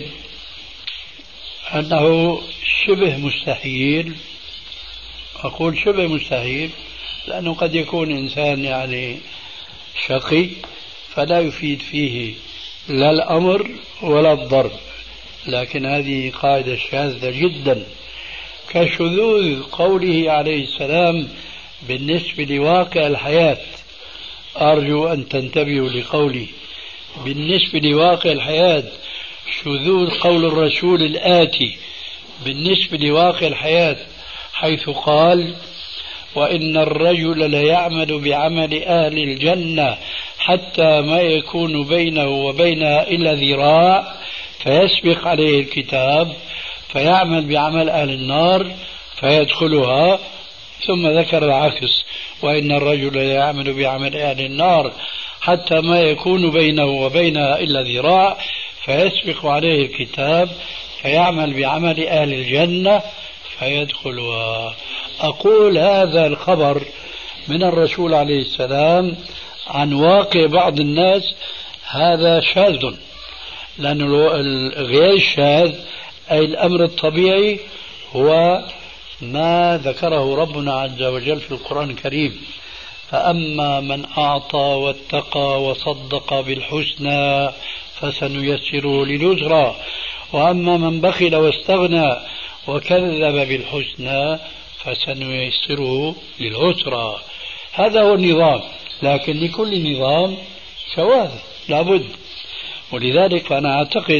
أنه شبه مستحيل. أقول شبه مستحيل لأنه قد يكون إنسان يعني شقي فلا يفيد فيه لا الأمر ولا الضرب، لكن هذه قاعدة شاذة جدا، كشذوذ قوله عليه السلام بالنسبة لواقع الحياة. أرجو أن تنتبهوا لقولي بالنسبة لواقع الحياة، شذوذ قول الرسول الآتي بالنسبة لواقع الحياة، حيث قال: وإن الرجل ليعمل بعمل أهل الجنة حتى ما يكون بينه وبينها إلا ذراع فيسبق عليه الكتاب فيعمل بعمل أهل النار فيدخلها، ثم ذكر العكس: وإن الرجل ليعمل بعمل أهل النار حتى ما يكون بينه وبينها إلا ذراع فيسبق عليه الكتاب فيعمل بعمل أهل الجنة فيدخلها. أقول هذا الخبر من الرسول عليه السلام عن واقع بعض الناس هذا شاذ، لأن غير الشاذ أي الأمر الطبيعي هو ما ذكره ربنا عز وجل في القرآن الكريم: فأما من أعطى واتقى وصدق بالحسنى فسنيسره لليسرى، وأما من بخل واستغنى وكذب بالحسنى فسنيسره للعسرى. هذا هو النظام، لكن لكل نظام شواذ لابد. ولذلك أنا أعتقد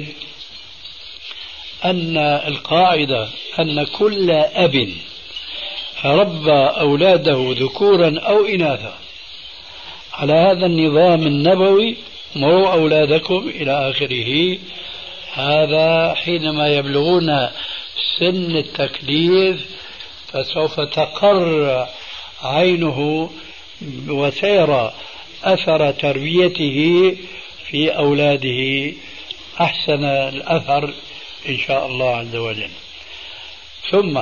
أن القاعدة أن كل أب ربى أولاده ذكورا أو إناثا على هذا النظام النبوي: مروا أولادكم إلى آخره، هذا حينما يبلغون سن التكليف فسوف تقر عينه وسيرى أثر تربيته في أولاده أحسن الأثر إن شاء الله عز وجل. ثم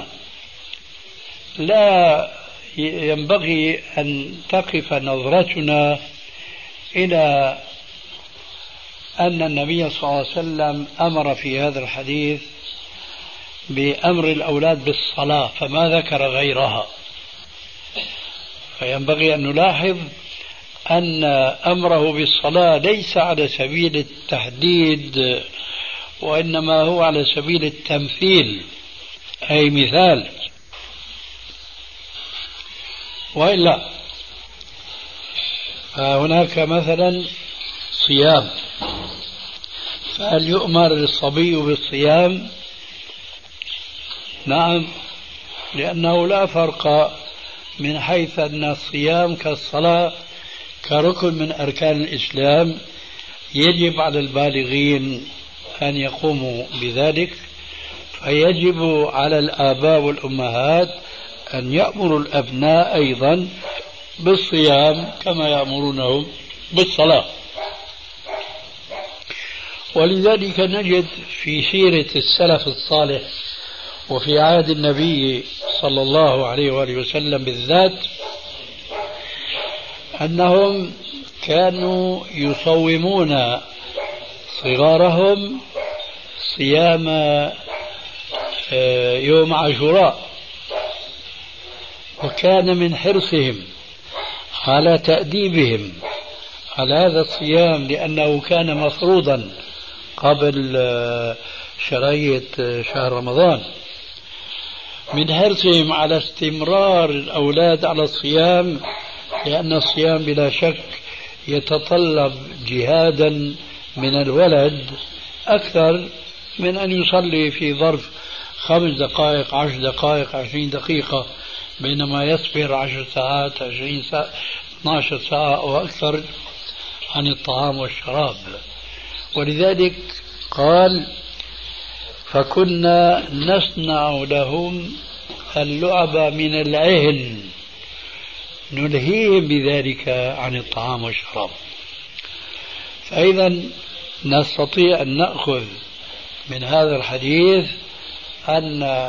لا ينبغي أن تقف نظرتنا إلى أن النبي صلى الله عليه وسلم أمر في هذا الحديث بأمر الأولاد بالصلاة فما ذكر غيرها، فينبغي أن نلاحظ أن أمره بالصلاة ليس على سبيل التحديد، وإنما هو على سبيل التمثيل، أي مثال. وإلا فهناك مثلا صيام، فهل يؤمر الصبي بالصيام؟ نعم، لأنه لا فرق من حيث أن الصيام كالصلاة كركن من أركان الإسلام يجب على البالغين أن يقوموا بذلك، فيجب على الآباء والأمهات أن يأمروا الأبناء أيضا بالصيام كما يأمرونهم بالصلاة. ولذلك نجد في سيرة السلف الصالح وفي عهد النبي صلى الله عليه وآله وسلم بالذات أنهم كانوا يصومون صغارهم صيام يوم عاشوراء، وكان من حرصهم على تأديبهم على هذا الصيام لأنه كان مفروضا قبل شرعية شهر رمضان، من حرصهم على استمرار الأولاد على الصيام، لأن الصيام بلا شك يتطلب جهادا من الولد أكثر من أن يصلي في ظرف خمس دقائق عشر دقائق عشرين دقيقة، بينما يصبر عشر ساعات عشرين ساعة اثنى عشر ساعة أو أكثر عن الطعام والشراب. ولذلك قال: فكنا نصنع لهم اللعب من العهن نلهيهم بذلك عن الطعام والشراب. فإذا نستطيع أن نأخذ من هذا الحديث أن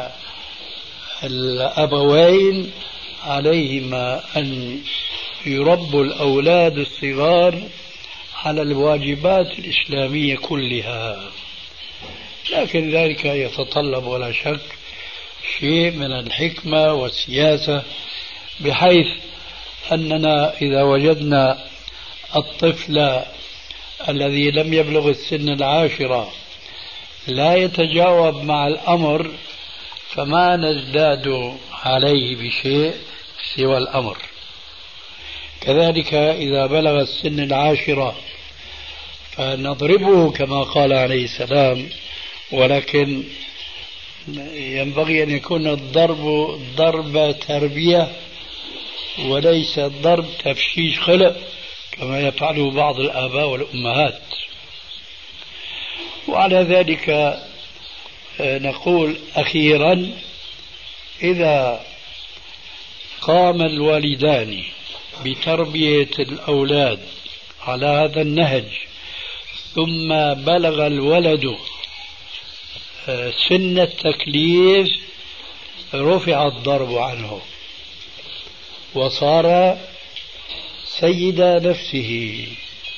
الأبوين عليهما أن يربوا الأولاد الصغار على الواجبات الإسلامية كلها. لكن ذلك يتطلب ولا شك شيء من الحكمة والسياسة، بحيث أننا إذا وجدنا الطفل الذي لم يبلغ السن العاشرة لا يتجاوب مع الأمر فما نزداد عليه بشيء سوى الأمر. كذلك إذا بلغ السن العاشرة فنضربه كما قال عليه السلام، ولكن ينبغي أن يكون الضرب ضرب تربية وليس ضرب تفشيش خلق كما يفعله بعض الآباء والأمهات. وعلى ذلك نقول أخيرا إذا قام الوالدان بتربية الأولاد على هذا النهج ثم بلغ الولد سن التكليف رفع الضرب عنه وصار سيد نفسه،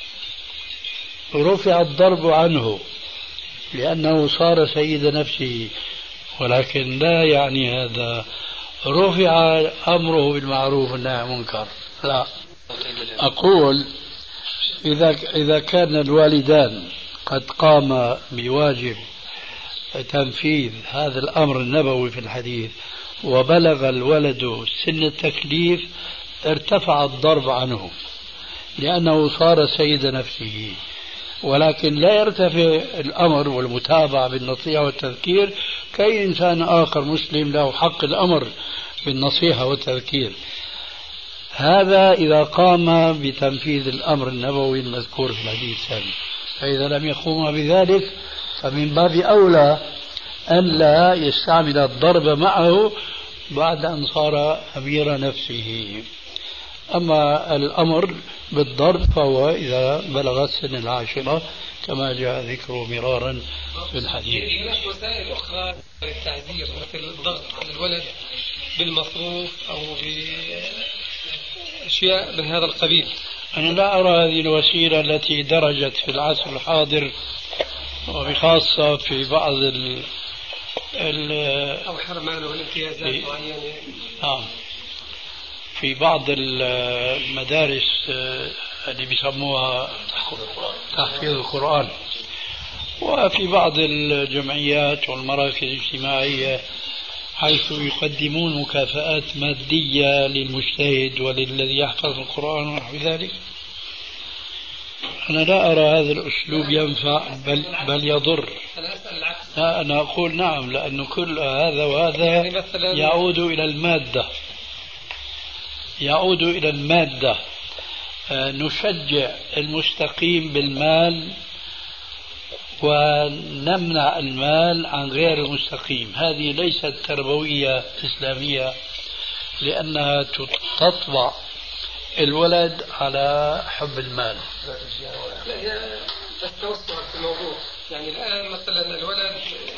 رفع الضرب عنه لأنه صار سيد نفسه، ولكن لا يعني هذا رفع أمره بالمعروف والنهي عن المنكر، لا. أقول إذا إذا كان الوالدان قد قام بواجب تنفيذ هذا الأمر النبوي في الحديث وبلغ الولد سن التكليف ارتفع الضرب عنه لأنه صار سيد نفسه، ولكن لا يرتفع الأمر والمتابعة بالنصيحة والتذكير كأي إنسان آخر مسلم له حق الأمر بالنصيحة والتذكير. هذا إذا قام بتنفيذ الأمر النبوي المذكور في الحديث الثاني، فإذا لم يقوم بذلك فمن باب أولى أن لا يستعمل الضرب معه بعد أن صار أمير نفسه. أما الأمر بالضرب فهو إذا بلغ السن العاشرة كما جاء ذكره مرارا في الحديث.
هناك وسائل أخرى للتعزير مثل الضغط على الولد بالمصروف أو بأشياء من هذا القبيل.
أنا لا أرى هذه الوسيلة التي درجت في العصر الحاضر وبخاصة في بعض ال ال
أو حرمان والامتيازات معينة.
آه في بعض المدارس اللي بيسموها تحفيظ القرآن، وفي بعض الجمعيات والمراكز الاجتماعية حيث يقدمون مكافآت مادية للمجتهد وللذي يحفظ القرآن ونحو ذلك. أنا لا أرى هذا الأسلوب ينفع بل, بل يضر. لا أنا أقول نعم، لأنه كل هذا وهذا يعود إلى المادة يعود إلى المادة نشجع المستقيم بالمال ونمنع المال عن غير المستقيم. هذه ليست تربوية إسلامية، لأنها تطبع الولد على حب المال.
لا هي التوسع في الموضوع. يعني الآن مثلا الولد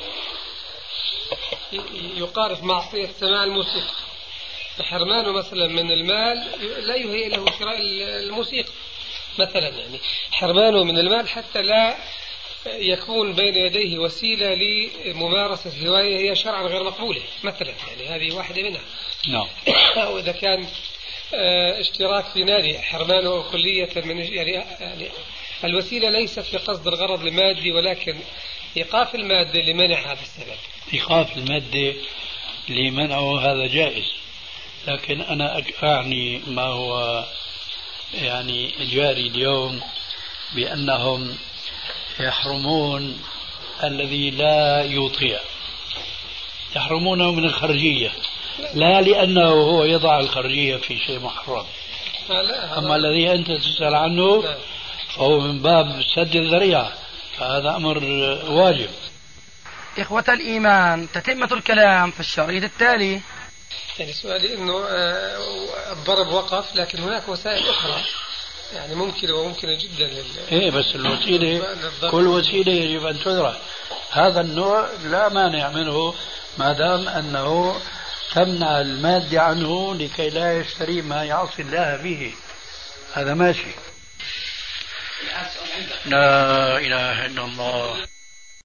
يقارف معصية سماع الموسيقى، فحرمانه مثلا من المال لا يهيئ له شراء الموسيقى مثلا، يعني حرمانه من المال حتى لا يكون بين يديه وسيلة لممارسة هواية هي شرعا غير مقبولة مثلا، يعني هذه واحدة منها.
نعم.
أو إذا كان اشتراك في نادي حرمانه كلية من يعني, يعني الوسيلة ليست في قصد الغرض المادي، ولكن إيقاف المادة لمنع هذا السبب.
إيقاف المادة لمنعه هذا جائز، لكن أنا أعني ما هو يعني جاري اليوم بأنهم يحرمون الذي لا يطيع، يحرمونه من الخرجية، لا لأنه هو يضع الخرجية في شيء محرم. أما الذي أنت تسأل عنه فهو من باب سد الذريعة، فهذا أمر واجب.
إخوة الإيمان، تتمة الكلام في الشريط التالي.
يعني سؤالي إنه الضرب وقف، لكن هناك وسائل أخرى يعني ممكنة وممكنة جدا لل...
إيه بس الوسيلة كل وسيلة يجب أن تدرك. هذا النوع لا مانع منه ما دام أنه تمنع المادة عنه لكي لا يشتري ما يعصي الله به، هذا ماشي. لا إله إلا الله.